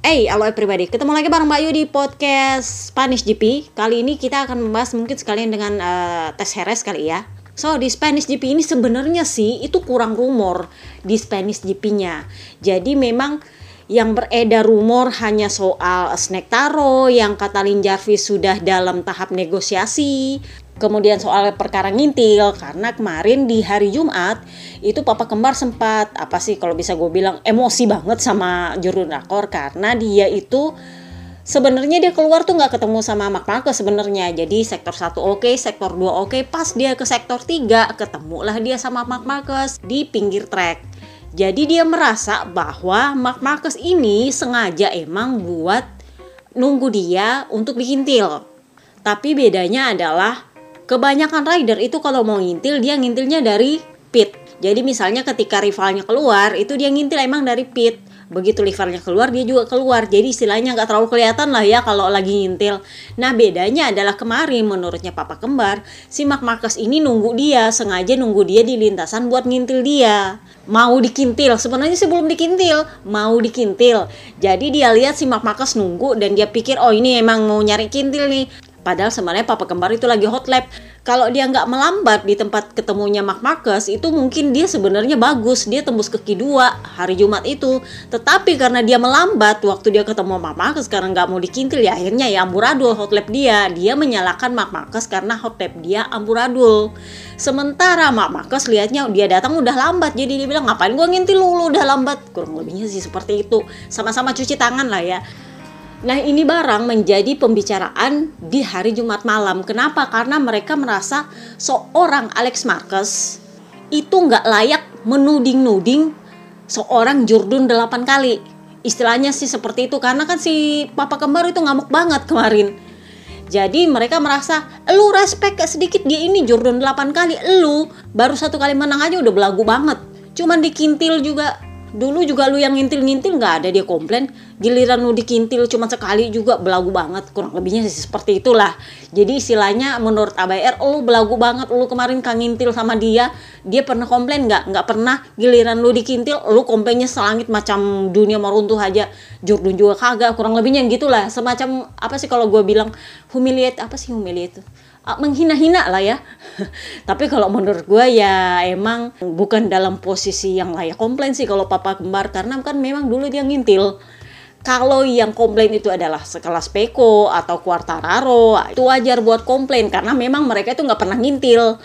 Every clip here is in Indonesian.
Halo everybody, ketemu lagi bareng Mbak Yu di podcast Spanish GP. Kali ini kita akan membahas mungkin sekalian dengan tes Heres kali ya. So, di Spanish GP ini sebenarnya sih itu kurang rumor di Spanish GP-nya. Jadi memang yang beredar rumor hanya soal Snake Taro yang kata Lin Jarvis sudah dalam tahap negosiasi. Kemudian soal perkara ngintil, karena kemarin di hari Jumat itu Papa Kembar sempat kalau bisa gue bilang emosi banget sama Jurun Rakor, karena dia itu sebenarnya dia keluar tuh nggak ketemu sama Marc Marquez sebenarnya. Jadi sektor 1 oke, sektor 2 oke, pas dia ke sektor 3 ketemulah dia sama Marc Marquez di pinggir trek. Jadi dia merasa bahwa Marc Marquez ini sengaja emang buat nunggu dia untuk dikintil. Tapi bedanya adalah kebanyakan rider itu kalau mau ngintil, dia ngintilnya dari pit. Jadi misalnya ketika rivalnya keluar, itu dia ngintil emang dari pit. Begitu rivalnya keluar, dia juga keluar. Jadi istilahnya nggak terlalu kelihatan lah ya kalau lagi ngintil. Nah bedanya adalah kemarin menurutnya Papa Kembar, si Marc Marquez ini sengaja nunggu dia di lintasan buat ngintil dia. Mau dikintil, sebenarnya sih belum dikintil, mau dikintil. Jadi dia lihat si Marc Marquez nunggu dan dia pikir, oh ini emang mau nyari kintil nih. Padahal sebenarnya Papa Kembar itu lagi hot lap. Kalau dia nggak melambat di tempat ketemunya Marc Marquez, itu mungkin dia sebenarnya bagus. Dia tembus ke Q2 hari Jumat itu. Tetapi karena dia melambat waktu dia ketemu Marc Marquez karena nggak mau dikintil, ya akhirnya ya amburadul hot lap dia. Dia menyalahkan Marc Marquez karena hot lap dia amburadul. Sementara Marc Marquez lihatnya dia datang udah lambat. Jadi dia bilang, ngapain gua ngintil lu udah lambat. Kurang lebihnya sih seperti itu. Sama-sama cuci tangan lah ya. Nah ini barang menjadi pembicaraan di hari Jumat malam. Kenapa? Karena mereka merasa seorang Alex Marquez itu nggak layak menuding-nuding seorang Jurdun 8 kali. Istilahnya sih seperti itu. Karena kan si Papa Kembar itu ngamuk banget kemarin. Jadi mereka merasa, lu respect sedikit, dia ini Jurdun 8 kali. Lu baru 1 kali menang aja udah belagu banget. Cuman dikintil juga. Dulu juga lu yang ngintil-ngintil gak ada dia komplain. Giliran lu dikintil cuma sekali juga belagu banget. Kurang lebihnya seperti itulah. Jadi istilahnya menurut ABR, lu belagu banget. Lu kemarin kan ngintil sama dia. Dia pernah komplain gak? Gak pernah. Giliran lu dikintil, lu komplainnya selangit macam dunia mau runtuh aja. Jurdun juga kagak. Kurang lebihnya gitulah. Semacam kalau gue bilang humiliate. Humiliate? Menghina-hina lah ya. Tapi kalau menurut gue ya emang bukan dalam posisi yang layak komplain sih kalau Papa Kembar, karena kan memang dulu dia ngintil. Kalau yang komplain itu adalah sekelas Pecco atau Quartararo, itu wajar buat komplain karena memang mereka itu nggak pernah ngintil.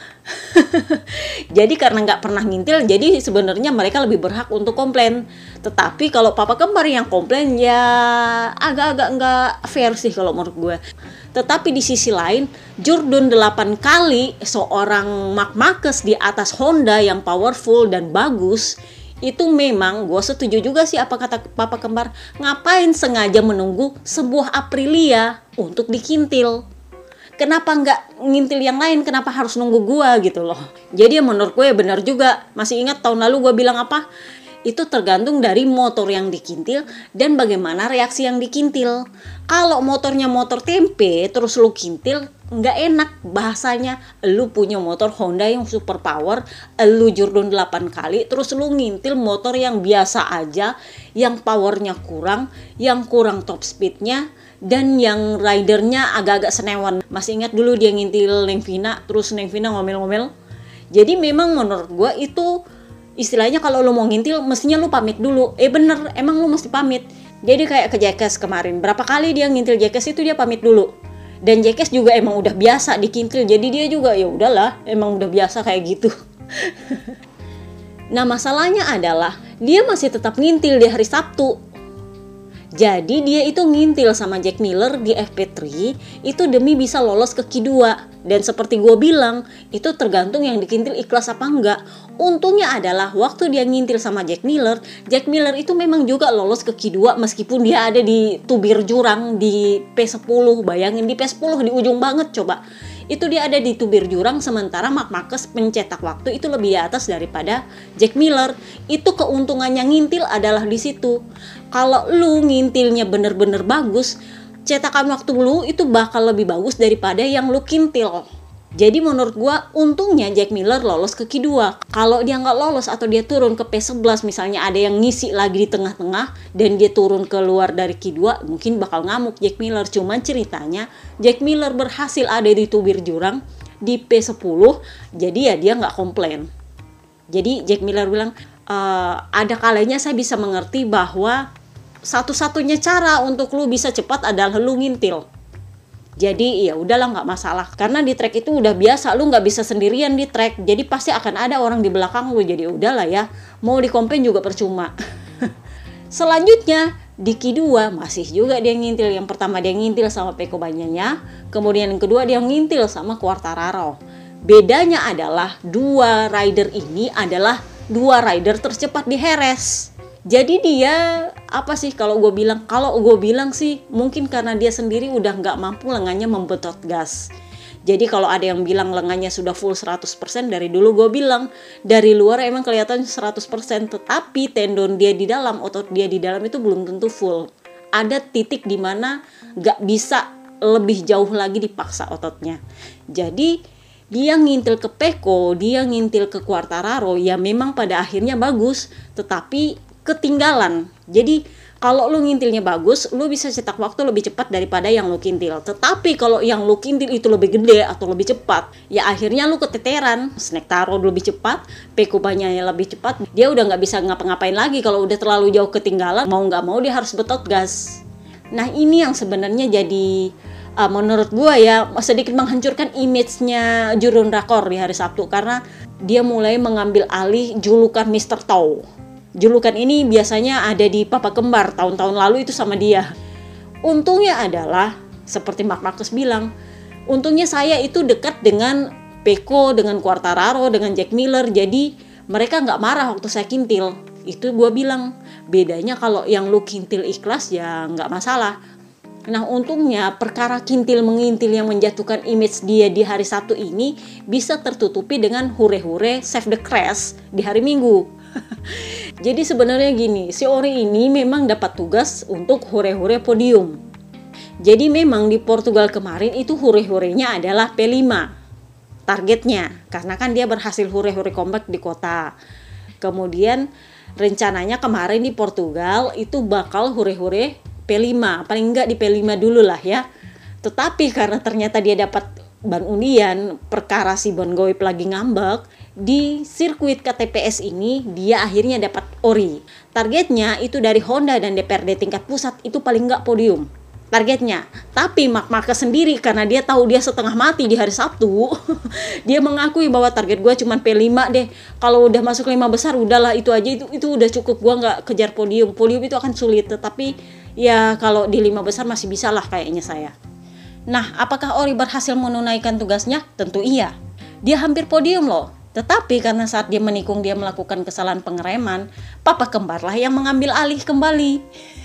Jadi karena nggak pernah ngintil, jadi sebenarnya mereka lebih berhak untuk komplain. Tetapi kalau Papa Kembar yang komplain ya agak-agak nggak fair sih kalau menurut gue. Tetapi di sisi lain, Jurdun 8 kali seorang Marc Marquez di atas Honda yang powerful dan bagus, itu memang gue setuju juga sih apa kata Papa Kembar. Ngapain sengaja menunggu sebuah Aprilia untuk dikintil? Kenapa nggak ngintil yang lain? Kenapa harus nunggu gue gitu loh? Jadi menurut gue benar juga. Masih ingat tahun lalu gue bilang apa? Itu tergantung dari motor yang dikintil dan bagaimana reaksi yang dikintil. Kalau motornya motor tempe terus lu kintil, nggak enak bahasanya. Lu punya motor Honda yang super power, lu Jurdun 8 kali, terus lu ngintil motor yang biasa aja, yang powernya kurang, yang kurang top speednya, dan yang ridernya agak-agak senewan. Masih ingat dulu dia ngintil Neng Vina, terus Neng Vina ngomel-ngomel. Jadi memang menurut gue itu istilahnya kalau lu mau ngintil mestinya lu pamit dulu. Bener, emang lu mesti pamit. Jadi kayak ke Jackass kemarin, berapa kali dia ngintil Jackass itu dia pamit dulu. Dan Jackass juga emang udah biasa dikintil, jadi dia juga ya udahlah, emang udah biasa kayak gitu. Nah masalahnya adalah dia masih tetap ngintil di hari Sabtu. Jadi dia itu ngintil sama Jack Miller di FP3 itu demi bisa lolos ke Q2. Dan seperti gue bilang, itu tergantung yang dikintil ikhlas apa enggak. Untungnya adalah waktu dia ngintil sama Jack Miller itu memang juga lolos ke Q2 meskipun dia ada di tubir jurang di P10. Bayangin di P10 di ujung banget coba. Itu dia ada di tubir jurang, sementara Marc Marquez pencetak waktu itu lebih di atas daripada Jack Miller. Itu keuntungannya ngintil adalah di situ. Kalau lu ngintilnya bener-bener bagus, cetakan waktu lu itu bakal lebih bagus daripada yang lu kintil. Jadi menurut gua untungnya Jack Miller lolos ke Q2. Kalau dia nggak lolos atau dia turun ke P11, misalnya ada yang ngisi lagi di tengah-tengah dan dia turun keluar dari Q2, mungkin bakal ngamuk Jack Miller. Cuman ceritanya Jack Miller berhasil ada di tubir jurang di P10, jadi ya dia nggak komplain. Jadi Jack Miller bilang, ada kalanya saya bisa mengerti bahwa satu-satunya cara untuk lu bisa cepat adalah lu ngintil. Jadi ya udahlah, nggak masalah, karena di track itu udah biasa, lu nggak bisa sendirian di track, jadi pasti akan ada orang di belakang lu. Jadi udahlah ya, mau dikomplain juga percuma. Selanjutnya di Q2 masih juga dia ngintil. Yang pertama dia ngintil sama Pecco Bagnaia, kemudian yang kedua dia ngintil sama Quartararo. Bedanya adalah dua rider ini adalah dua rider tercepat di Jerez. Jadi dia apa sih kalau gue bilang sih mungkin karena dia sendiri udah nggak mampu lengannya membetot gas. Jadi kalau ada yang bilang lengannya sudah full 100%, dari dulu gue bilang dari luar emang kelihatan 100%, tetapi tendon dia di dalam, otot dia di dalam itu belum tentu full. Ada titik di mana nggak bisa lebih jauh lagi dipaksa ototnya. Jadi dia ngintil ke Pecco, dia ngintil ke Quartararo, ya memang pada akhirnya bagus, tetapi ketinggalan. Jadi kalau lu ngintilnya bagus, lu bisa cetak waktu lebih cepat daripada yang lu kintil. Tetapi kalau yang lu kintil itu lebih gede atau lebih cepat, ya akhirnya lu keteteran. Snektaro lebih cepat, Pecco Bagnaia lebih cepat, dia udah nggak bisa ngapa-ngapain lagi. Kalau udah terlalu jauh ketinggalan, mau nggak mau dia harus betot gas. Nah ini yang sebenarnya jadi menurut gue ya sedikit menghancurkan image-nya Jeroen Rakor di hari Sabtu, karena dia mulai mengambil alih julukan Mr. Tow. Julukan ini biasanya ada di Papa Kembar, tahun-tahun lalu itu sama dia. Untungnya adalah seperti Marc Marquez bilang, untungnya saya itu dekat dengan Pecco, dengan Quartararo, dengan Jack Miller, jadi mereka nggak marah waktu saya kintil. Itu gue bilang, bedanya kalau yang lu kintil ikhlas ya nggak masalah. Nah untungnya perkara kintil mengintil yang menjatuhkan image dia di hari Sabtu ini bisa tertutupi dengan hure-hure save the crash di hari Minggu. Jadi sebenarnya gini, si Ori ini memang dapat tugas untuk hure-hure podium. Jadi memang di Portugal kemarin itu hure-hurenya adalah P5 targetnya, karena kan dia berhasil hure-hure comeback di kota. Kemudian rencananya kemarin di Portugal itu bakal hure-hure P5, paling enggak di P5 dulu lah ya. Tetapi karena ternyata dia dapat ban undian, perkara si Bon Goip lagi ngambek, di sirkuit KTPS ini dia akhirnya dapat ori. Targetnya itu dari Honda dan DPRD tingkat pusat itu paling enggak podium targetnya. Tapi Marc Marquez sendiri karena dia tahu dia setengah mati di hari Sabtu, dia mengakui bahwa target gue cuma P5 deh. Kalau udah masuk 5 besar udahlah, itu aja, itu udah cukup, gue nggak kejar podium. Podium itu akan sulit, tetapi ya kalau di 5 besar masih bisa lah kayaknya saya. Nah, apakah Ori berhasil menunaikan tugasnya? Tentu iya. Dia hampir podium loh. Tetapi karena saat dia menikung dia melakukan kesalahan pengereman, Papa Kembar lah yang mengambil alih kembali.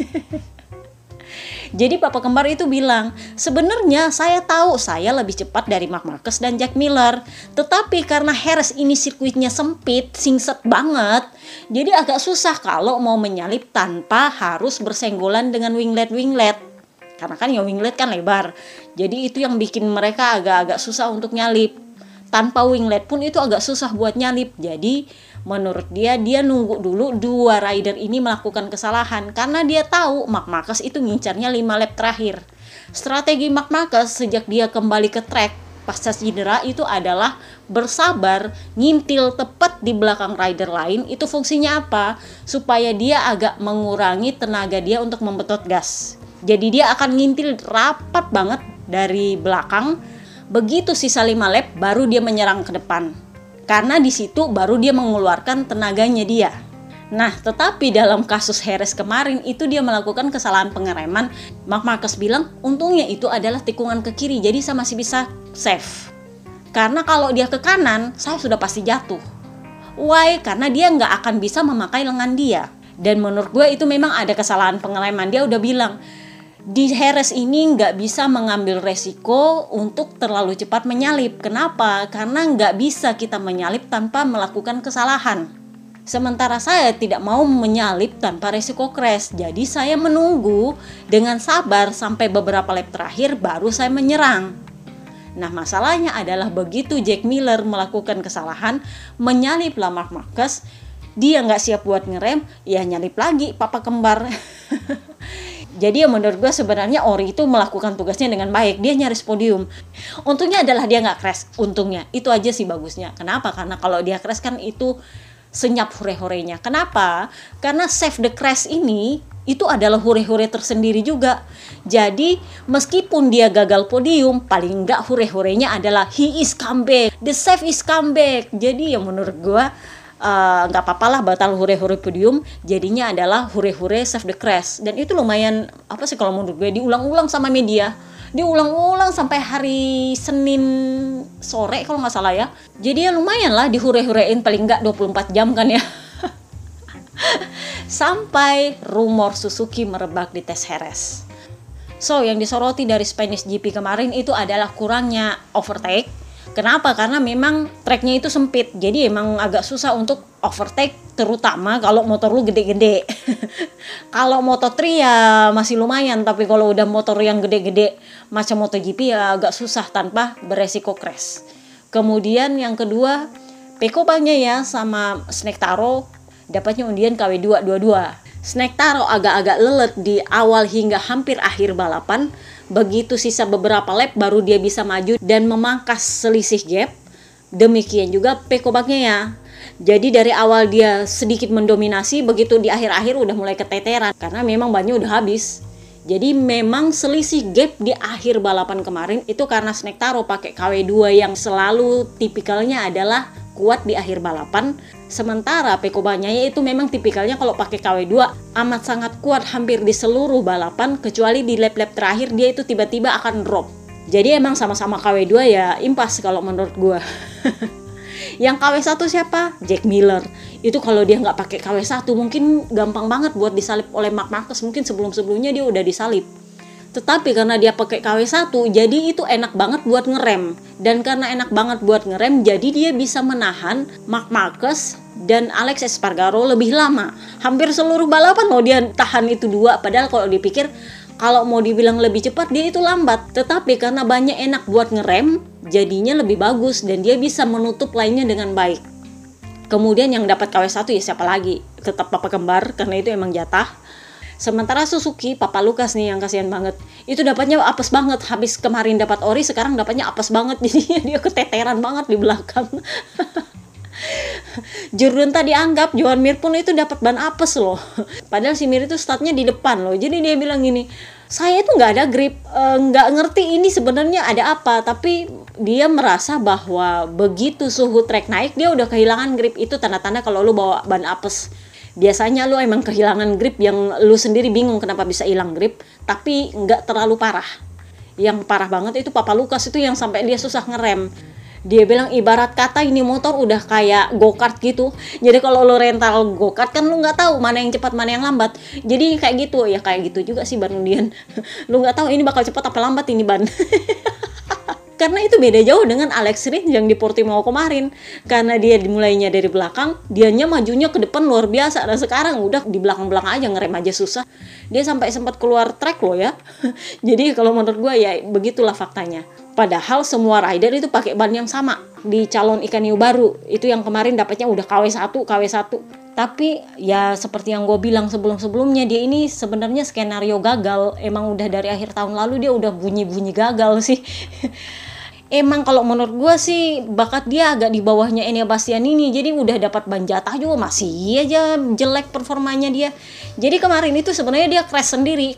Jadi Papa Kembar itu bilang, sebenarnya saya tahu saya lebih cepat dari Marc Marquez dan Jack Miller, tetapi karena Jerez ini sirkuitnya sempit, singset banget, jadi agak susah kalau mau menyalip tanpa harus bersenggolan dengan winglet. Karena kan ya winglet kan lebar, jadi itu yang bikin mereka agak-agak susah untuk nyalip. Tanpa winglet pun itu agak susah buat nyalip. Jadi menurut dia nunggu dulu dua rider ini melakukan kesalahan, karena dia tahu Marc Marquez itu ngincarnya 5 lap terakhir. Strategi Marc Marquez sejak dia kembali ke track pasca cedera itu adalah bersabar, ngintil tepat di belakang rider lain. Itu fungsinya apa? Supaya dia agak mengurangi tenaga dia untuk membetot gas. Jadi dia akan ngintil rapat banget dari belakang. Begitu sisa 5 lap baru dia menyerang ke depan. Karena di situ baru dia mengeluarkan tenaganya dia. Nah, tetapi dalam kasus Jerez kemarin itu dia melakukan kesalahan pengereman. Marc Marquez bilang untungnya itu adalah tikungan ke kiri, jadi saya masih bisa save. Karena kalau dia ke kanan, saya sudah pasti jatuh. Why? Karena dia nggak akan bisa memakai lengan dia. Dan menurut gue itu memang ada kesalahan pengereman. Dia udah bilang, di Jerez ini nggak bisa mengambil resiko untuk terlalu cepat menyalip. Kenapa? Karena nggak bisa kita menyalip tanpa melakukan kesalahan. Sementara saya tidak mau menyalip tanpa resiko crash. Jadi saya menunggu dengan sabar sampai beberapa lap terakhir baru saya menyerang. Nah, masalahnya adalah begitu Jack Miller melakukan kesalahan, menyaliplah Mark Marquez, dia nggak siap buat ngerem, ya nyalip lagi papa kembar. Jadi ya menurut gue sebenarnya Ori itu melakukan tugasnya dengan baik. Dia nyaris podium. Untungnya adalah dia nggak crash. Untungnya. Itu aja sih bagusnya. Kenapa? Karena kalau dia crash kan itu senyap hore-horenya. Kenapa? Karena save the crash ini itu adalah hore-hore tersendiri juga. Jadi meskipun dia gagal podium, paling nggak hore-horenya adalah he is comeback. The save is comeback. Jadi ya menurut gue nggak apa-apa lah batal hure-hure podium, jadinya adalah hure-hure save the crash. Dan itu lumayan apa sih kalau menurut gue, diulang-ulang sama media, diulang-ulang sampai hari Senin sore kalau nggak salah ya. Jadi ya lumayan lah dihure-hurein paling nggak 24 jam kan ya. Sampai rumor Suzuki merebak di tes Jerez. So yang disoroti dari Spanish GP kemarin itu adalah kurangnya overtake. Kenapa? Karena memang tracknya itu sempit, jadi emang agak susah untuk overtake, terutama kalau motor lu gede-gede. Kalau Moto3 ya masih lumayan, tapi kalau udah motor yang gede-gede macam MotoGP ya agak susah tanpa beresiko crash. Kemudian yang kedua, Pecco Bagnaia sama Snectaro dapatnya undian KW2 dua-dua. Snectaro agak-agak lelet di awal hingga hampir akhir balapan. Begitu sisa beberapa lap baru dia bisa maju dan memangkas selisih gap. Demikian juga Pecco Bagnaia. Jadi dari awal dia sedikit mendominasi, begitu di akhir-akhir udah mulai keteteran karena memang bannya udah habis. Jadi memang selisih gap di akhir balapan kemarin itu karena Snectaro pakai KW2 yang selalu tipikalnya adalah kuat di akhir balapan. Sementara Pecco Bagnaia itu memang tipikalnya kalau pakai KW2 amat sangat kuat hampir di seluruh balapan, kecuali di lap-lap terakhir dia itu tiba-tiba akan drop. Jadi emang sama-sama KW2 ya impas kalau menurut gua. Yang KW1 siapa? Jack Miller. Itu kalau dia nggak pakai KW1 mungkin gampang banget buat disalip oleh Marc Marquez. Mungkin sebelum-sebelumnya dia udah disalip. Tetapi karena dia pakai KW1, jadi itu enak banget buat ngerem. Dan karena enak banget buat ngerem, jadi dia bisa menahan Marc Marquez dan Alex Espargaro lebih lama. Hampir seluruh balapan mau dia tahan itu dua, padahal kalau dipikir kalau mau dibilang lebih cepat dia itu lambat. Tetapi karena banyak enak buat ngerem, jadinya lebih bagus dan dia bisa menutup lainnya dengan baik. Kemudian yang dapat KW1 ya siapa lagi? Tetap papa kembar karena itu emang jatah. Sementara Suzuki, Papa Lucas nih yang kasihan banget. Itu dapatnya apes banget. Habis kemarin dapat ori, sekarang dapatnya apes banget. Jadi dia keteteran banget di belakang. Jurgen tadi anggap Joan Mir pun itu dapat ban apes loh. Padahal si Mir itu startnya di depan loh. Jadi dia bilang gini, saya itu nggak ada grip, nggak ngerti ini sebenarnya ada apa. Tapi dia merasa bahwa begitu suhu trek naik, dia udah kehilangan grip. Itu tanda-tanda kalau lu bawa ban apes. Biasanya lu emang kehilangan grip yang lu sendiri bingung kenapa bisa hilang grip, tapi nggak terlalu parah. Yang parah banget itu Papa Lucas itu yang sampai dia susah ngerem. Dia bilang ibarat kata ini motor udah kayak go-kart gitu. Jadi kalau lu rental go-kart kan lu nggak tahu mana yang cepat mana yang lambat. Jadi kayak gitu, ya kayak gitu juga sih ban undian. Lu nggak tahu ini bakal cepat apa lambat ini ban. Karena itu beda jauh dengan Alex Rins yang di Portimao kemarin. Karena dia dimulainya dari belakang, dianya majunya ke depan luar biasa. Dan sekarang udah di belakang-belakang aja, ngerem aja susah. Dia sampai sempat keluar track loh ya. Jadi kalau menurut gue ya begitulah faktanya. Padahal semua rider itu pakai ban yang sama. Di calon ikan hiu baru, itu yang kemarin dapatnya udah KW1. Tapi ya seperti yang gue bilang sebelum-sebelumnya, dia ini sebenarnya skenario gagal. Emang udah dari akhir tahun lalu dia udah bunyi-bunyi gagal sih. Emang kalau menurut gue sih bakat dia agak di bawahnya Enea Bastianini. Jadi udah dapat ban jatah juga masih aja jelek performanya dia. Jadi kemarin itu sebenarnya dia crash sendiri.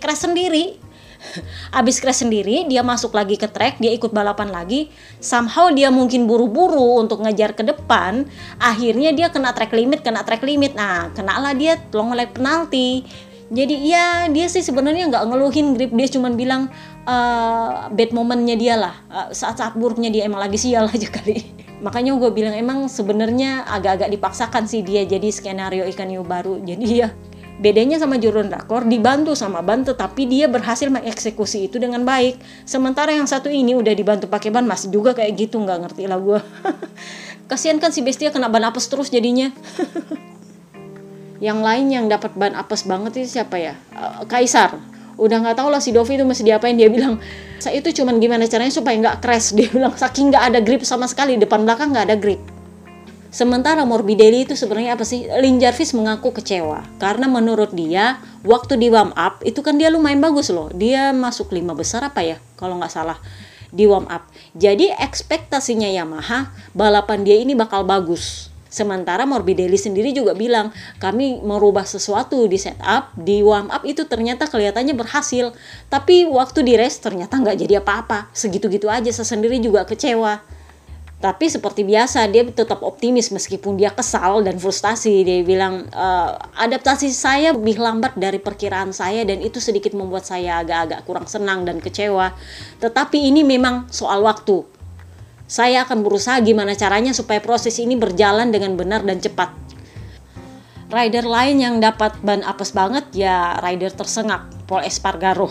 Abis crash sendiri, dia masuk lagi ke track, dia ikut balapan lagi. Somehow dia mungkin buru-buru untuk ngejar ke depan. Akhirnya dia kena track limit. Nah, kenalah dia long lap penalti. Jadi ya dia sih sebenarnya nggak ngeluhin grip, dia cuman bilang bad momennya dia lah, saat-saat buruknya dia emang lagi sial aja kali. Makanya gue bilang emang sebenarnya agak-agak dipaksakan sih dia jadi skenario ikan hiu baru. Jadi ya bedanya sama Jurgen Räkör, dibantu sama ban tetapi dia berhasil mengeksekusi itu dengan baik. Sementara yang satu ini udah dibantu pakai ban masih juga kayak gitu, nggak ngerti lah gue. Kasian kan si Bestia kena ban apes terus jadinya. Yang lain yang dapat ban apes banget itu siapa ya? Kaisar. Udah nggak tahu lah si Dovi itu mesti diapain. Dia bilang, saya itu cuman gimana caranya supaya nggak crash. Dia bilang saking nggak ada grip sama sekali, depan belakang nggak ada grip. Sementara Morbidelli itu sebenarnya apa sih? Lin Jarvis mengaku kecewa karena menurut dia waktu di warm up itu kan dia lumayan bagus loh. Dia masuk 5 besar apa ya kalau nggak salah di warm up. Jadi ekspektasinya Yamaha balapan dia ini bakal bagus. Sementara Morbidelli sendiri juga bilang, kami merubah sesuatu di setup, di warm up itu ternyata kelihatannya berhasil. Tapi waktu di race ternyata nggak jadi apa-apa. Segitu-gitu aja, saya sendiri juga kecewa. Tapi seperti biasa, dia tetap optimis meskipun dia kesal dan frustasi. Dia bilang, adaptasi saya lebih lambat dari perkiraan saya dan itu sedikit membuat saya agak-agak kurang senang dan kecewa. Tetapi ini memang soal waktu. Saya akan berusaha gimana caranya supaya proses ini berjalan dengan benar dan cepat. Rider lain yang dapat ban apes banget ya rider tersengak, Pol Espargaro.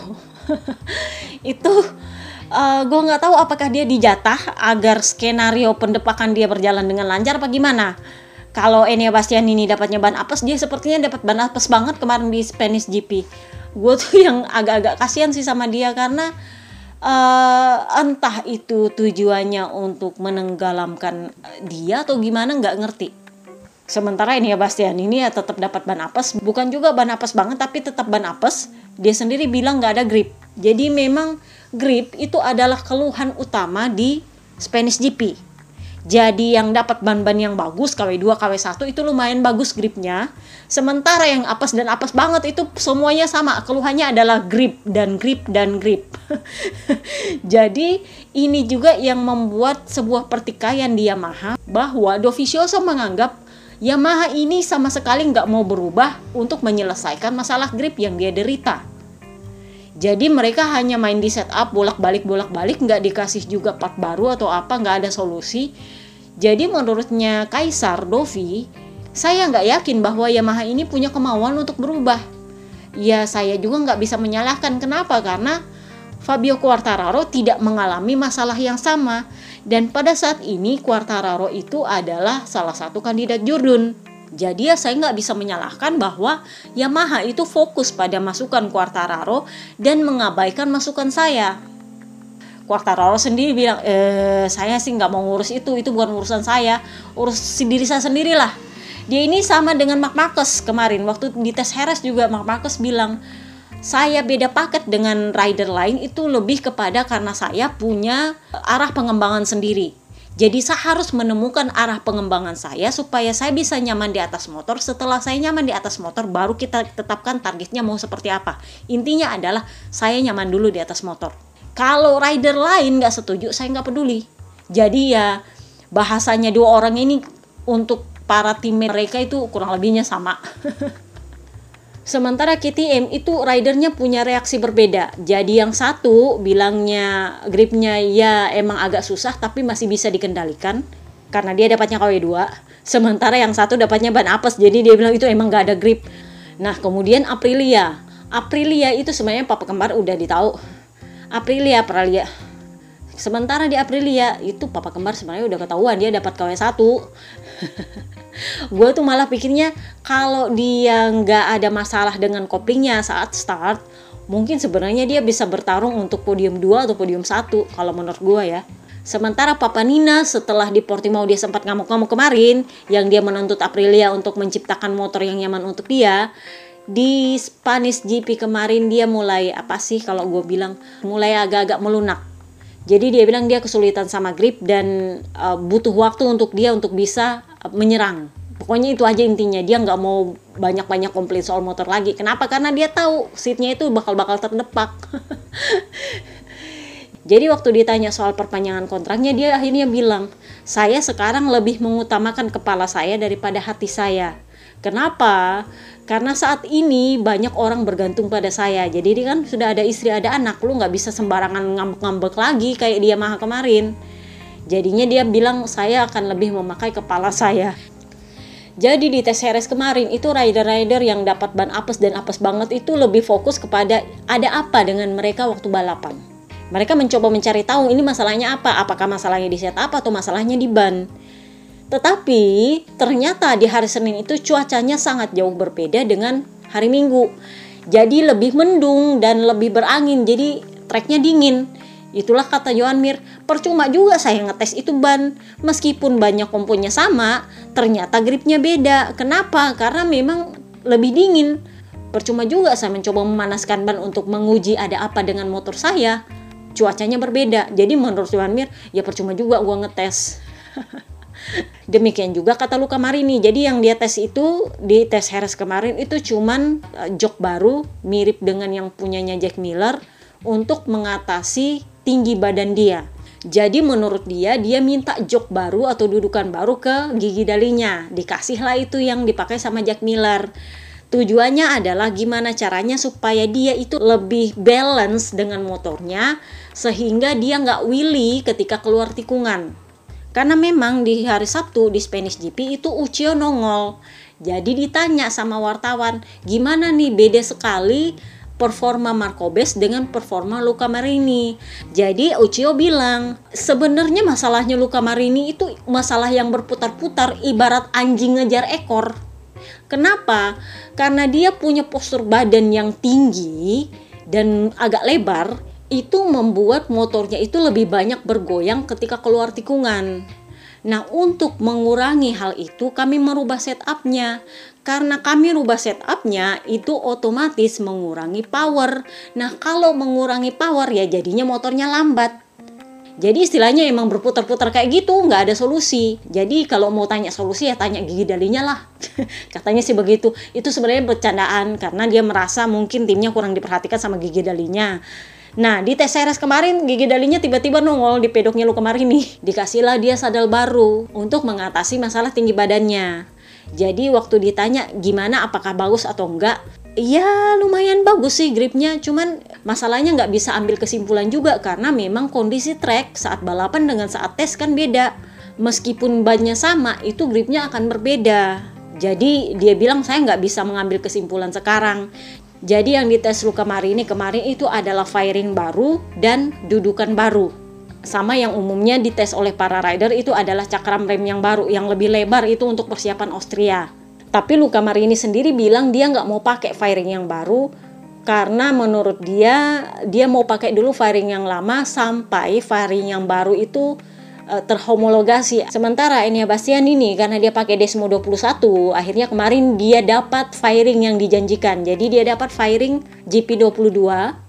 Itu gue nggak tahu apakah dia dijatah agar skenario pendepakan dia berjalan dengan lancar apa gimana. Kalau Enea Bastianini dapatnya ban apes, dia sepertinya dapat ban apes banget kemarin di Spanish GP. Gue tuh yang agak-agak kasihan sih sama dia karena entah itu tujuannya untuk menenggelamkan dia atau gimana nggak ngerti. Sementara ini ya Bastian ini ya tetap dapat ban apes, bukan juga ban apes banget tapi tetap ban apes. Dia sendiri bilang nggak ada grip. Jadi memang grip itu adalah keluhan utama di Spanish GP. Jadi yang dapat ban-ban yang bagus KW2, KW1 itu lumayan bagus gripnya. Sementara yang apes dan apes banget itu semuanya sama. Keluhannya adalah grip dan grip dan grip. Jadi ini juga yang membuat sebuah pertikaian di Yamaha. Bahwa Dovizioso menganggap Yamaha ini sama sekali nggak mau berubah untuk menyelesaikan masalah grip yang dia derita. Jadi mereka hanya main di setup bolak-balik, nggak dikasih juga part baru atau apa, nggak ada solusi. Jadi menurutnya Kaisar Dovi, saya nggak yakin bahwa Yamaha ini punya kemauan untuk berubah. Ya saya juga nggak bisa menyalahkan, kenapa? Karena Fabio Quartararo tidak mengalami masalah yang sama. Dan pada saat ini Quartararo itu adalah salah satu kandidat Jurdun. Jadi ya saya nggak bisa menyalahkan bahwa Yamaha itu fokus pada masukan Quartararo dan mengabaikan masukan saya. Quartararo sendiri bilang, saya sih nggak mau ngurus itu bukan urusan saya, urus diri saya sendirilah. Dia ini sama dengan Marc Marquez kemarin, waktu di tes Jerez juga Marc Marquez bilang, saya beda paket dengan rider lain itu lebih kepada karena saya punya arah pengembangan sendiri. Jadi saya harus menemukan arah pengembangan saya supaya saya bisa nyaman di atas motor. Setelah saya nyaman di atas motor, baru kita tetapkan targetnya mau seperti apa. Intinya adalah saya nyaman dulu di atas motor. Kalau rider lain nggak setuju, saya nggak peduli. Jadi ya bahasanya dua orang ini untuk para tim mereka itu kurang lebihnya sama. Sementara KTM itu ridernya punya reaksi berbeda. Jadi yang satu bilangnya gripnya ya emang agak susah tapi masih bisa dikendalikan karena dia dapatnya KW2. Sementara yang satu dapatnya ban apes, jadi dia bilang itu emang gak ada grip. Nah kemudian Aprilia itu sebenarnya papa kembar udah ditahu. Aprilia. Sementara di Aprilia itu papa kembar sebenarnya udah ketahuan dia dapat KW1. Gue tuh malah pikirnya kalau dia nggak ada masalah dengan koplingnya saat start, mungkin sebenarnya dia bisa bertarung untuk podium 2 atau podium 1 kalau menurut gue ya. Sementara Papa Nina setelah di Portimao dia sempat ngamuk-ngamuk kemarin, yang dia menuntut Aprilia untuk menciptakan motor yang nyaman untuk dia. Di Spanish GP kemarin dia mulai mulai agak-agak melunak. Jadi dia bilang dia kesulitan sama grip dan butuh waktu untuk dia untuk bisa menyerang. Pokoknya itu aja intinya, dia nggak mau banyak-banyak komplain soal motor lagi. Kenapa? Karena dia tahu seatnya itu bakal terdepak. Jadi waktu ditanya soal perpanjangan kontraknya, dia akhirnya bilang, saya sekarang lebih mengutamakan kepala saya daripada hati saya. Kenapa? Karena saat ini banyak orang bergantung pada saya. Jadi dia kan sudah ada istri, ada anak. Lu gak bisa sembarangan ngambek-ngambek lagi kayak dia Yamaha kemarin. Jadinya dia bilang saya akan lebih memakai kepala saya. Jadi di tes Jerez kemarin itu rider-rider yang dapat ban apes dan apes banget itu lebih fokus kepada ada apa dengan mereka waktu balapan. Mereka mencoba mencari tahu ini masalahnya apa. Apakah masalahnya di setup atau masalahnya di ban. Tetapi ternyata di hari Senin itu cuacanya sangat jauh berbeda dengan hari Minggu. Jadi lebih mendung dan lebih berangin, jadi treknya dingin. Itulah kata Joan Mir, percuma juga saya ngetes itu ban. Meskipun bannya komponnya sama, ternyata gripnya beda. Kenapa? Karena memang lebih dingin. Percuma juga saya mencoba memanaskan ban untuk menguji ada apa dengan motor saya. Cuacanya berbeda. Jadi menurut Joan Mir, ya percuma juga gua ngetes. Demikian juga kata Luca Marini. Jadi yang dia tes itu, di tes Jerez kemarin itu cuman jok baru mirip dengan yang punyanya Jack Miller untuk mengatasi tinggi badan dia. Jadi menurut dia minta jok baru atau dudukan baru ke gigi dalinya. Dikasihlah itu yang dipakai sama Jack Miller. Tujuannya adalah gimana caranya supaya dia itu lebih balance dengan motornya, sehingga dia nggak wheelie ketika keluar tikungan. Karena memang di hari Sabtu di Spanish GP itu Uccio nongol. Jadi ditanya sama wartawan, gimana nih beda sekali performa Marcobes dengan performa Luca Marini. Jadi Uccio bilang, sebenarnya masalahnya Luca Marini itu masalah yang berputar-putar ibarat anjing ngejar ekor. Kenapa? Karena dia punya postur badan yang tinggi dan agak lebar, itu membuat motornya itu lebih banyak bergoyang ketika keluar tikungan. Nah, untuk mengurangi hal itu kami merubah setupnya. Karena kami rubah setupnya itu otomatis mengurangi power. Nah, kalau mengurangi power ya jadinya motornya lambat. Jadi istilahnya emang berputar-putar kayak gitu, nggak ada solusi. Jadi kalau mau tanya solusi ya tanya gigi dalinya lah. Katanya sih begitu. Itu sebenarnya bercandaan karena dia merasa mungkin timnya kurang diperhatikan sama gigi dalinya. Nah, di tes Jerez kemarin gigi dalinya tiba-tiba nongol di pedoknya Luca Marini. Dikasihlah dia sadel baru untuk mengatasi masalah tinggi badannya. Jadi waktu ditanya gimana, apakah bagus atau enggak, ya lumayan bagus sih gripnya. Cuman masalahnya nggak bisa ambil kesimpulan juga karena memang kondisi trek saat balapan dengan saat tes kan beda. Meskipun bannya sama, itu gripnya akan berbeda. Jadi dia bilang saya nggak bisa mengambil kesimpulan sekarang. Jadi yang dites Luca Marini kemarin itu adalah fairing baru dan dudukan baru. Sama yang umumnya dites oleh para rider itu adalah cakram rem yang baru, yang lebih lebar itu untuk persiapan Austria. Tapi Luca Marini sendiri bilang dia nggak mau pakai fairing yang baru karena menurut dia mau pakai dulu fairing yang lama sampai fairing yang baru itu terhomologasi. Sementara Enea Bastian ini karena dia pakai Desmo 21, akhirnya kemarin dia dapat fairing yang dijanjikan. Jadi dia dapat fairing GP22.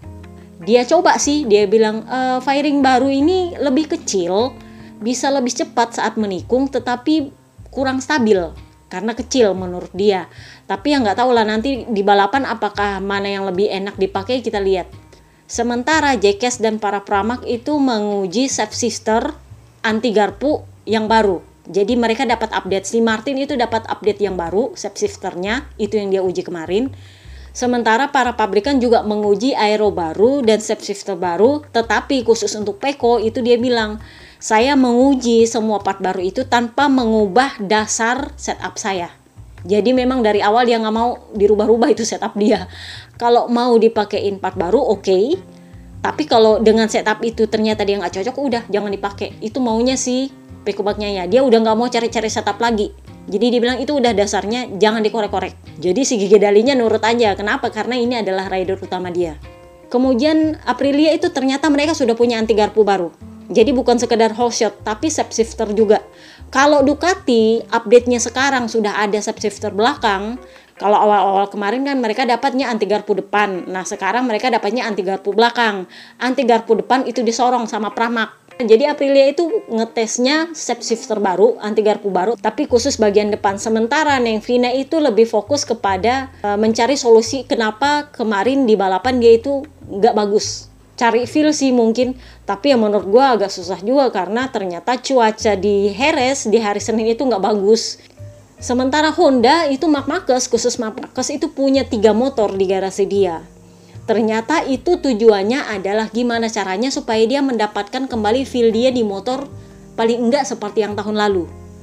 Dia coba sih, dia bilang fairing baru ini lebih kecil, bisa lebih cepat saat menikung, tetapi kurang stabil karena kecil menurut dia. Tapi yang nggak tahu lah nanti di balapan apakah mana yang lebih enak dipakai, kita lihat. Sementara Jacques dan para pramak itu menguji Safe Sister anti garpu yang baru. Jadi mereka dapat update. Si Martin itu dapat update yang baru, Safe Shifter-nya, itu yang dia uji kemarin. Sementara para pabrikan juga menguji aero baru dan Safe Shifter baru, tetapi khusus untuk Pecco itu dia bilang, saya menguji semua part baru itu tanpa mengubah dasar setup saya. Jadi memang dari awal dia nggak mau dirubah-rubah itu setup dia. Kalau mau dipakein part baru, oke. Tapi kalau dengan setup itu ternyata dia nggak cocok, udah jangan dipakai. Itu maunya si Pecco Bagnaia. Dia udah nggak mau cari-cari setup lagi. Jadi dia bilang itu udah dasarnya, jangan dikorek-korek. Jadi si gigi dalinya nurut aja. Kenapa? Karena ini adalah rider utama dia. Kemudian Aprilia itu ternyata mereka sudah punya anti garpu baru. Jadi bukan sekedar whole shot, tapi Safe Shifter juga. Kalau Ducati, update-nya sekarang sudah ada Safe Shifter belakang. Kalau awal-awal kemarin kan mereka dapatnya anti garpu depan. Nah sekarang mereka dapatnya anti garpu belakang. Anti garpu depan itu disorong sama pramak. Jadi Aprilia itu ngetesnya Safe Shifter baru, anti garpu baru, tapi khusus bagian depan. Sementara Nengfina itu lebih fokus kepada mencari solusi kenapa kemarin di balapan dia itu nggak bagus. Cari feel sih mungkin, tapi yang menurut gue agak susah juga karena ternyata cuaca di Jerez di hari Senin itu nggak bagus. Sementara Honda itu Marc Marquez, khusus Marc Marquez itu punya 3 motor di garasi dia. Ternyata itu tujuannya adalah gimana caranya supaya dia mendapatkan kembali feel dia di motor paling enggak seperti yang tahun lalu.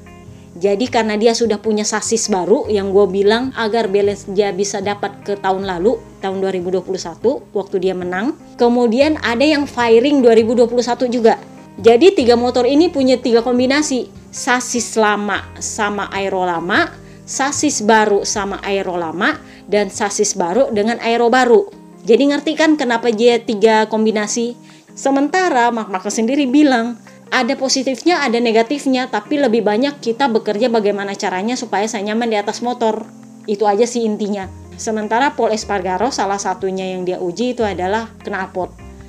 Jadi karena dia sudah punya sasis baru yang gue bilang agar balance dia bisa dapat ke tahun lalu, tahun 2021 waktu dia menang. Kemudian ada yang fairing 2021 juga. Jadi 3 motor ini punya 3 kombinasi. Sasis lama sama aero lama sasis baru sama aero lama, dan sasis baru dengan aero baru. Jadi ngerti kan kenapa dia 3 kombinasi? Sementara Mark Marquez sendiri bilang, ada positifnya, ada negatifnya, tapi lebih banyak kita bekerja bagaimana caranya supaya saya nyaman di atas motor. Itu aja sih intinya. Sementara Pol Espargaro salah satunya yang dia uji itu adalah knalpot.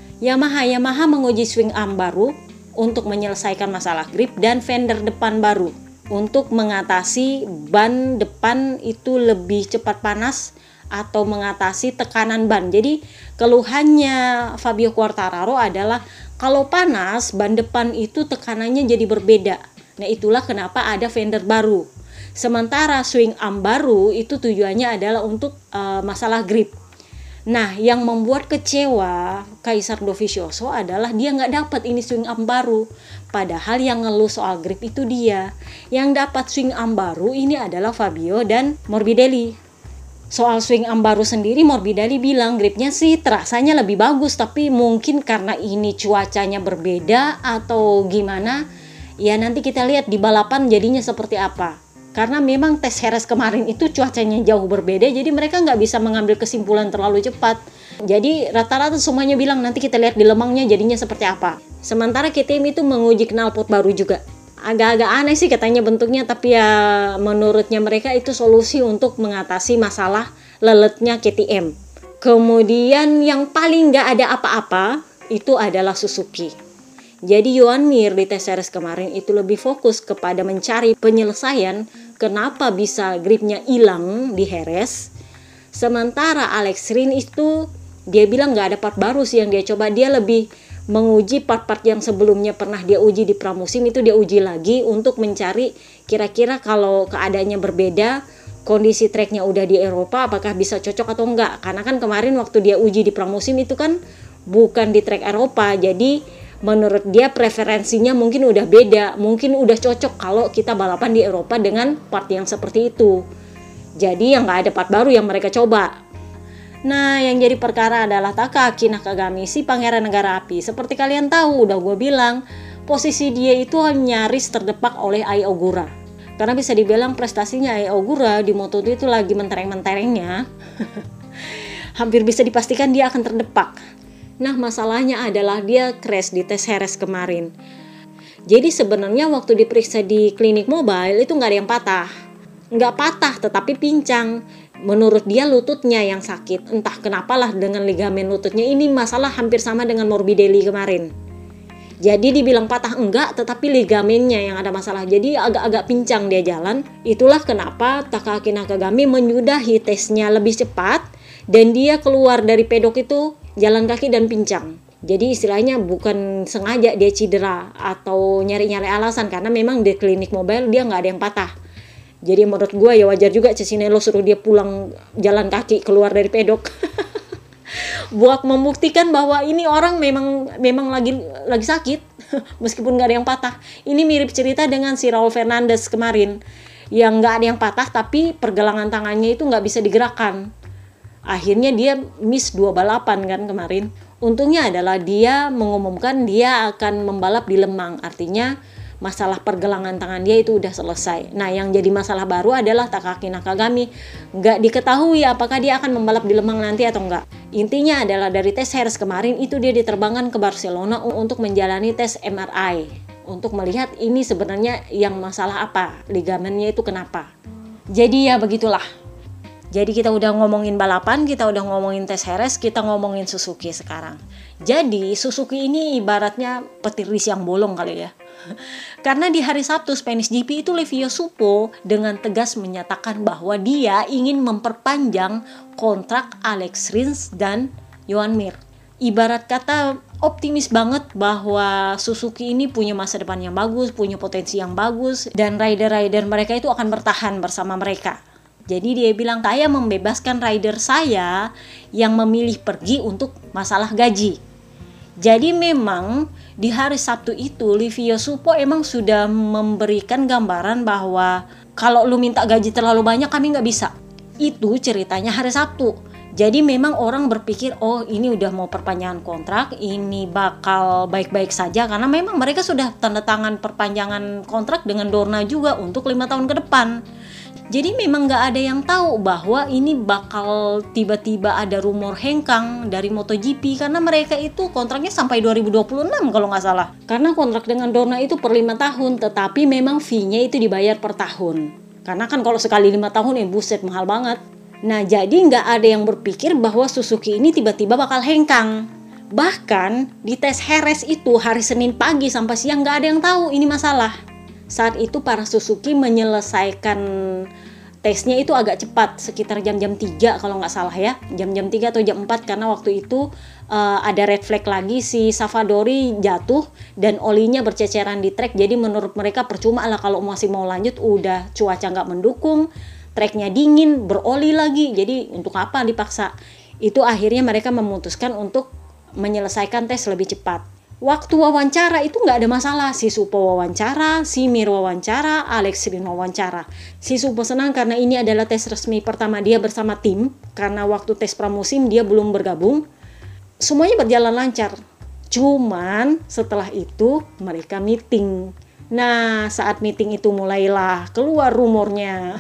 Yamaha menguji swing arm baru untuk menyelesaikan masalah grip dan fender depan baru untuk mengatasi ban depan itu lebih cepat panas atau mengatasi tekanan ban. Jadi keluhannya Fabio Quartararo adalah kalau panas ban depan itu tekanannya jadi berbeda. Nah itulah kenapa ada fender baru. Sementara swing arm baru itu tujuannya adalah untuk masalah grip. Nah yang membuat kecewa Kaisar Dovizioso adalah dia nggak dapat ini swing arm baru. Padahal yang ngeluh soal grip itu dia. Yang dapat swing arm baru ini adalah Fabio dan Morbidelli. Soal swing arm baru sendiri Morbidelli bilang gripnya sih terasanya lebih bagus, tapi mungkin karena ini cuacanya berbeda atau gimana, ya nanti kita lihat di balapan jadinya seperti apa. Karena memang tes Jerez kemarin itu cuacanya jauh berbeda, jadi mereka nggak bisa mengambil kesimpulan terlalu cepat. Jadi rata-rata semuanya bilang nanti kita lihat di Le Mans-nya jadinya seperti apa. Sementara KTM itu menguji knalpot baru juga. Agak-agak aneh sih katanya bentuknya, tapi ya menurutnya mereka itu solusi untuk mengatasi masalah leletnya KTM. Kemudian yang paling nggak ada apa-apa itu adalah Suzuki. Jadi Joan Mir di tes Jerez kemarin itu lebih fokus kepada mencari penyelesaian kenapa bisa gripnya hilang di Jerez. Sementara Alex Rins itu dia bilang nggak ada part baru sih yang dia coba, dia lebih menguji part-part yang sebelumnya pernah dia uji di pramusim itu dia uji lagi untuk mencari kira-kira kalau keadaannya berbeda, kondisi treknya udah di Eropa apakah bisa cocok atau enggak. Karena kan kemarin waktu dia uji di pramusim itu kan bukan di trek Eropa, jadi menurut dia preferensinya mungkin udah beda, mungkin udah cocok kalau kita balapan di Eropa dengan part yang seperti itu. Jadi yang nggak ada part baru yang mereka coba. Nah, yang jadi perkara adalah Takaaki Nakagami, si pangeran negara api. Seperti kalian tahu, udah gue bilang, posisi dia itu nyaris terdepak oleh Ai Ogura. Karena bisa dibilang prestasinya Ai Ogura di Moto2 itu lagi mentereng-menterengnya. Hampir bisa dipastikan dia akan terdepak. Nah, masalahnya adalah dia crash di tes Jerez kemarin. Jadi sebenarnya waktu diperiksa di klinik mobile itu nggak ada yang patah. Nggak patah, tetapi pincang. Menurut dia lututnya yang sakit. Entah kenapalah dengan ligamen lututnya. Ini masalah hampir sama dengan Morbidelli kemarin. Jadi dibilang patah enggak, tetapi ligamennya yang ada masalah. Jadi agak-agak pincang dia jalan. Itulah kenapa Takaaki Nakagami menyudahi tesnya lebih cepat. Dan dia keluar dari pedok itu jalan kaki dan pincang. Jadi istilahnya bukan sengaja dia cedera atau nyari-nyari alasan. Karena memang di klinik mobile dia nggak ada yang patah. Jadi menurut gue ya wajar juga Cesinello suruh dia pulang jalan kaki keluar dari pedok. Buat membuktikan bahwa ini orang memang lagi sakit meskipun nggak ada yang patah. Ini mirip cerita dengan si Raul Fernandez kemarin yang nggak ada yang patah tapi pergelangan tangannya itu nggak bisa digerakkan. Akhirnya dia miss 2 balapan kan kemarin. Untungnya adalah dia mengumumkan dia akan membalap di Le Mans. Artinya masalah pergelangan tangan dia itu udah selesai. Nah yang jadi masalah baru adalah Takaaki Nakagami. Nggak diketahui apakah dia akan membalap di Le Mans nanti atau enggak. Intinya adalah dari tes Jerez kemarin itu dia diterbangkan ke Barcelona untuk menjalani tes MRI. Untuk melihat ini sebenarnya yang masalah apa, ligamennya itu kenapa. Jadi ya begitulah. Jadi kita udah ngomongin balapan, kita udah ngomongin tes Jerez, kita ngomongin Suzuki sekarang. Jadi Suzuki ini ibaratnya petir di siang bolong kali ya. Karena di hari Sabtu Spanish GP itu Livio Suppo dengan tegas menyatakan bahwa dia ingin memperpanjang kontrak Alex Rins dan Joan Mir. Ibarat kata optimis banget bahwa Suzuki ini punya masa depan yang bagus, punya potensi yang bagus, dan rider-rider mereka itu akan bertahan bersama mereka. Jadi dia bilang, saya membebaskan rider saya yang memilih pergi untuk masalah gaji. Jadi memang di hari Sabtu itu Livio Suppo emang sudah memberikan gambaran bahwa kalau lu minta gaji terlalu banyak kami nggak bisa. Itu ceritanya hari Sabtu. Jadi memang orang berpikir oh ini udah mau perpanjangan kontrak, ini bakal baik-baik saja karena memang mereka sudah tanda tangan perpanjangan kontrak dengan Dorna juga untuk 5 tahun ke depan. Jadi memang nggak ada yang tahu bahwa ini bakal tiba-tiba ada rumor hengkang dari MotoGP, karena mereka itu kontraknya sampai 2026 kalau nggak salah. Karena kontrak dengan Dorna itu per 5 tahun, tetapi memang fee-nya itu dibayar per tahun. Karena kan kalau sekali 5 tahun buset mahal banget. Nah jadi nggak ada yang berpikir bahwa Suzuki ini tiba-tiba bakal hengkang. Bahkan di tes Jerez itu hari Senin pagi sampai siang nggak ada yang tahu ini masalah. Saat itu para Suzuki menyelesaikan tesnya itu agak cepat, sekitar jam-jam 3 kalau nggak salah ya, jam-jam 3 atau jam 4, karena waktu itu ada red flag lagi, si Savadori jatuh dan olinya berceceran di trek. Jadi menurut mereka percuma lah kalau masih mau lanjut, udah cuaca nggak mendukung, treknya dingin, beroli lagi, jadi untuk apa dipaksa. Itu akhirnya mereka memutuskan untuk menyelesaikan tes lebih cepat. Waktu wawancara itu nggak ada masalah, si Supo wawancara, si Mir wawancara, Alex Rin wawancara. Si Supo senang karena ini adalah tes resmi pertama dia bersama tim, karena waktu tes pramusim dia belum bergabung. Semuanya berjalan lancar, cuman setelah itu mereka meeting. Nah saat meeting itu mulailah keluar rumornya.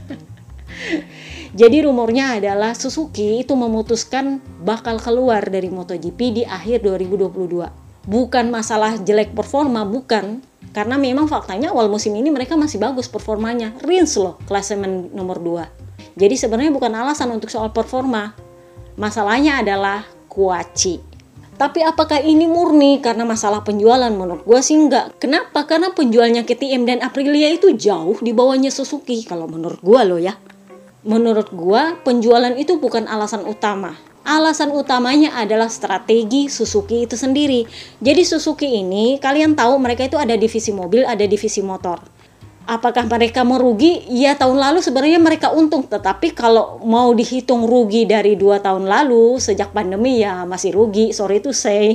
Jadi rumornya adalah Suzuki itu memutuskan bakal keluar dari MotoGP di akhir 2022. Bukan masalah jelek performa, bukan. Karena memang faktanya awal musim ini mereka masih bagus performanya. Rins loh, klasemen nomor 2. Jadi sebenarnya bukan alasan untuk soal performa. Masalahnya adalah Kuaci. Tapi apakah ini murni karena masalah penjualan? Menurut gue sih enggak. Kenapa? Karena penjualnya KTM dan Aprilia itu jauh di bawahnya Suzuki. Kalau menurut gue loh ya. Menurut gue penjualan itu bukan alasan utama. Alasan utamanya adalah strategi Suzuki itu sendiri. Jadi Suzuki ini, kalian tahu mereka itu ada divisi mobil, ada divisi motor. Apakah mereka merugi? Ya tahun lalu sebenarnya mereka untung. Tetapi kalau mau dihitung rugi dari 2 tahun lalu, sejak pandemi ya masih rugi, sorry to say.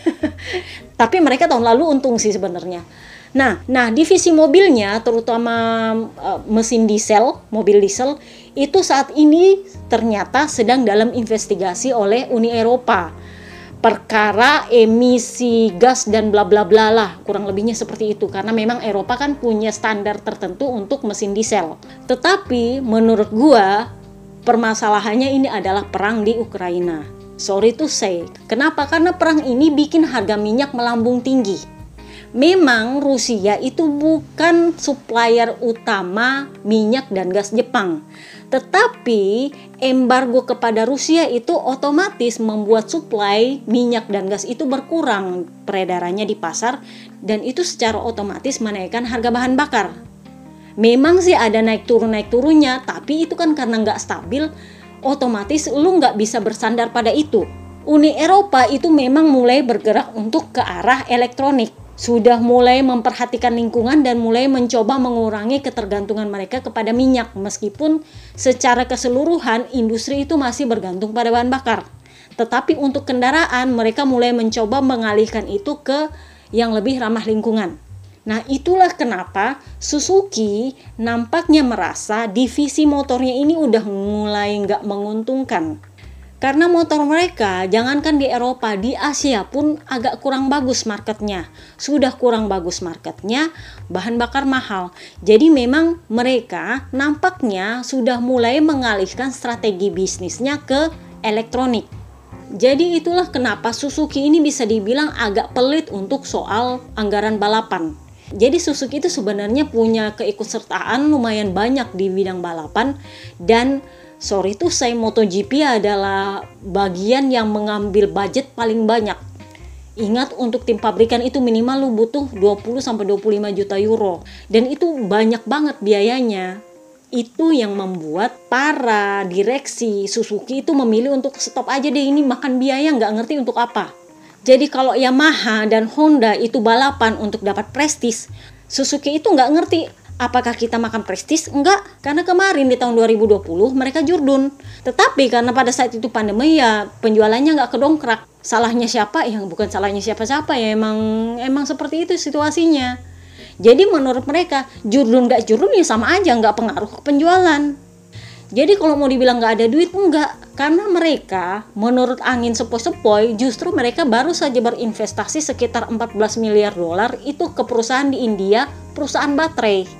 Tapi mereka tahun lalu untung sih sebenarnya. Nah divisi mobilnya, terutama mesin diesel, mobil diesel, itu saat ini ternyata sedang dalam investigasi oleh Uni Eropa. Perkara emisi gas dan bla bla bla lah, kurang lebihnya seperti itu. Karena memang Eropa kan punya standar tertentu untuk mesin diesel. Tetapi menurut gua, permasalahannya ini adalah perang di Ukraina. Sorry to say. Kenapa? Karena perang ini bikin harga minyak melambung tinggi. Memang Rusia itu bukan supplier utama minyak dan gas Jepang. Tetapi embargo kepada Rusia itu otomatis membuat suplai minyak dan gas itu berkurang peredarannya di pasar, dan itu secara otomatis menaikkan harga bahan bakar. Memang sih ada naik turunnya, tapi itu kan karena nggak stabil, otomatis lu nggak bisa bersandar pada itu. Uni Eropa itu memang mulai bergerak untuk ke arah elektronik. Sudah mulai memperhatikan lingkungan dan mulai mencoba mengurangi ketergantungan mereka kepada minyak, meskipun secara keseluruhan industri itu masih bergantung pada bahan bakar. Tetapi untuk kendaraan mereka mulai mencoba mengalihkan itu ke yang lebih ramah lingkungan. Nah itulah kenapa Suzuki nampaknya merasa divisi motornya ini udah mulai nggak menguntungkan. Karena motor mereka, jangankan di Eropa, di Asia pun agak kurang bagus marketnya. Sudah kurang bagus marketnya, bahan bakar mahal. Jadi memang mereka nampaknya sudah mulai mengalihkan strategi bisnisnya ke elektronik. Jadi itulah kenapa Suzuki ini bisa dibilang agak pelit untuk soal anggaran balapan. Jadi Suzuki itu sebenarnya punya keikutsertaan lumayan banyak di bidang balapan, dan sorry tuh saya MotoGP adalah bagian yang mengambil budget paling banyak. Ingat, untuk tim pabrikan itu minimal lu butuh 20-25 juta euro. Dan itu banyak banget biayanya. Itu yang membuat para direksi Suzuki itu memilih untuk stop aja deh, ini makan biaya nggak ngerti untuk apa. Jadi kalau Yamaha dan Honda itu balapan untuk dapat prestis, Suzuki itu nggak ngerti. Apakah kita makan prestis? Enggak, karena kemarin di tahun 2020 mereka jurdun. Tetapi karena pada saat itu pandemi ya penjualannya nggak kedongkrak. Salahnya siapa? Ya bukan salahnya siapa-siapa ya, emang seperti itu situasinya. Jadi menurut mereka jurdun nggak jurdun ya sama aja, nggak pengaruh ke penjualan. Jadi kalau mau dibilang nggak ada duit, enggak. Karena mereka menurut angin sepoi-sepoi justru mereka baru saja berinvestasi sekitar 14 miliar dolar itu ke perusahaan di India, perusahaan baterai.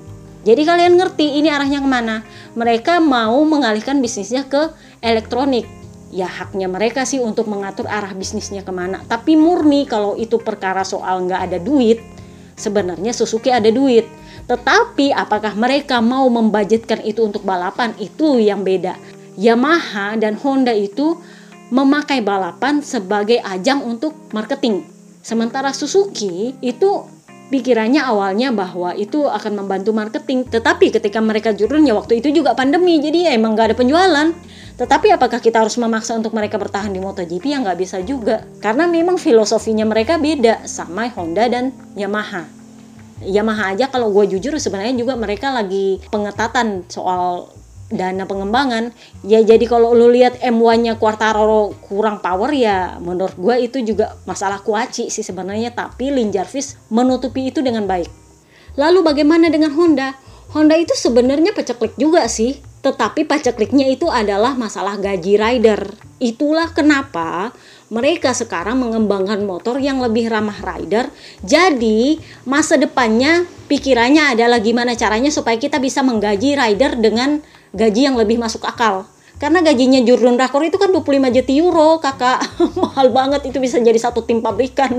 Jadi kalian ngerti ini arahnya kemana. Mereka mau mengalihkan bisnisnya ke elektronik. Ya haknya mereka sih untuk mengatur arah bisnisnya kemana. Tapi murni kalau itu perkara soal nggak ada duit, sebenarnya Suzuki ada duit. Tetapi apakah mereka mau membudgetkan itu untuk balapan, itu yang beda. Yamaha dan Honda itu memakai balapan sebagai ajang untuk marketing. Sementara Suzuki itu pikirannya awalnya bahwa itu akan membantu marketing. Tetapi ketika mereka jurunnya waktu itu juga pandemi, jadi ya emang gak ada penjualan. Tetapi apakah kita harus memaksa untuk mereka bertahan di MotoGP? Ya nggak bisa juga. Karena memang filosofinya mereka beda sama Honda dan Yamaha. Yamaha aja kalau gue jujur sebenarnya juga mereka lagi pengetatan soal dana pengembangan. Ya jadi kalau lu lihat M1-nya Quartararo kurang power, ya menurut gue itu juga masalah kuaci sih sebenarnya. Tapi Lin Jarvis menutupi itu dengan baik. Lalu bagaimana dengan Honda? Honda itu sebenarnya paceklik juga sih. Tetapi pacekliknya itu adalah masalah gaji rider. Itulah kenapa mereka sekarang mengembangkan motor yang lebih ramah rider. Jadi masa depannya pikirannya adalah gimana caranya supaya kita bisa menggaji rider dengan gaji yang lebih masuk akal. Karena gajinya Jordan Rakor itu kan 25 juta euro, kakak. Mahal banget, itu bisa jadi satu tim pabrikan.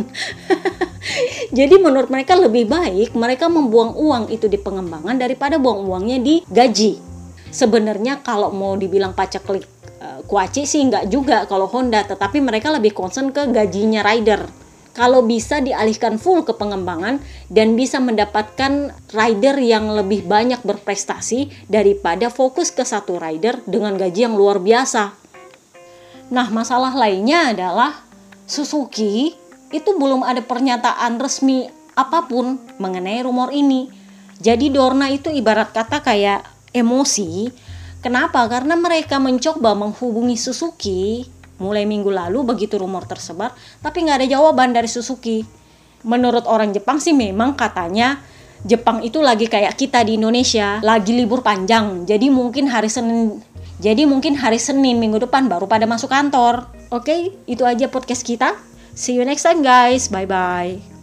Jadi menurut mereka lebih baik mereka membuang uang itu di pengembangan daripada buang uangnya di gaji. Sebenarnya kalau mau dibilang paceklik kuaci sih enggak juga kalau Honda, tetapi mereka lebih concern ke gajinya rider. Kalau bisa dialihkan full ke pengembangan dan bisa mendapatkan rider yang lebih banyak berprestasi daripada fokus ke satu rider dengan gaji yang luar biasa. Nah, masalah lainnya adalah Suzuki itu belum ada pernyataan resmi apapun mengenai rumor ini. Jadi Dorna itu ibarat kata kayak emosi. Kenapa? Karena mereka mencoba menghubungi Suzuki mulai minggu lalu begitu rumor tersebar, tapi nggak ada jawaban dari Suzuki. Menurut orang Jepang sih memang katanya Jepang itu lagi kayak kita di Indonesia, lagi libur panjang. Jadi mungkin hari Senin minggu depan baru pada masuk kantor. Oke, itu aja podcast kita. See you next time guys. Bye bye.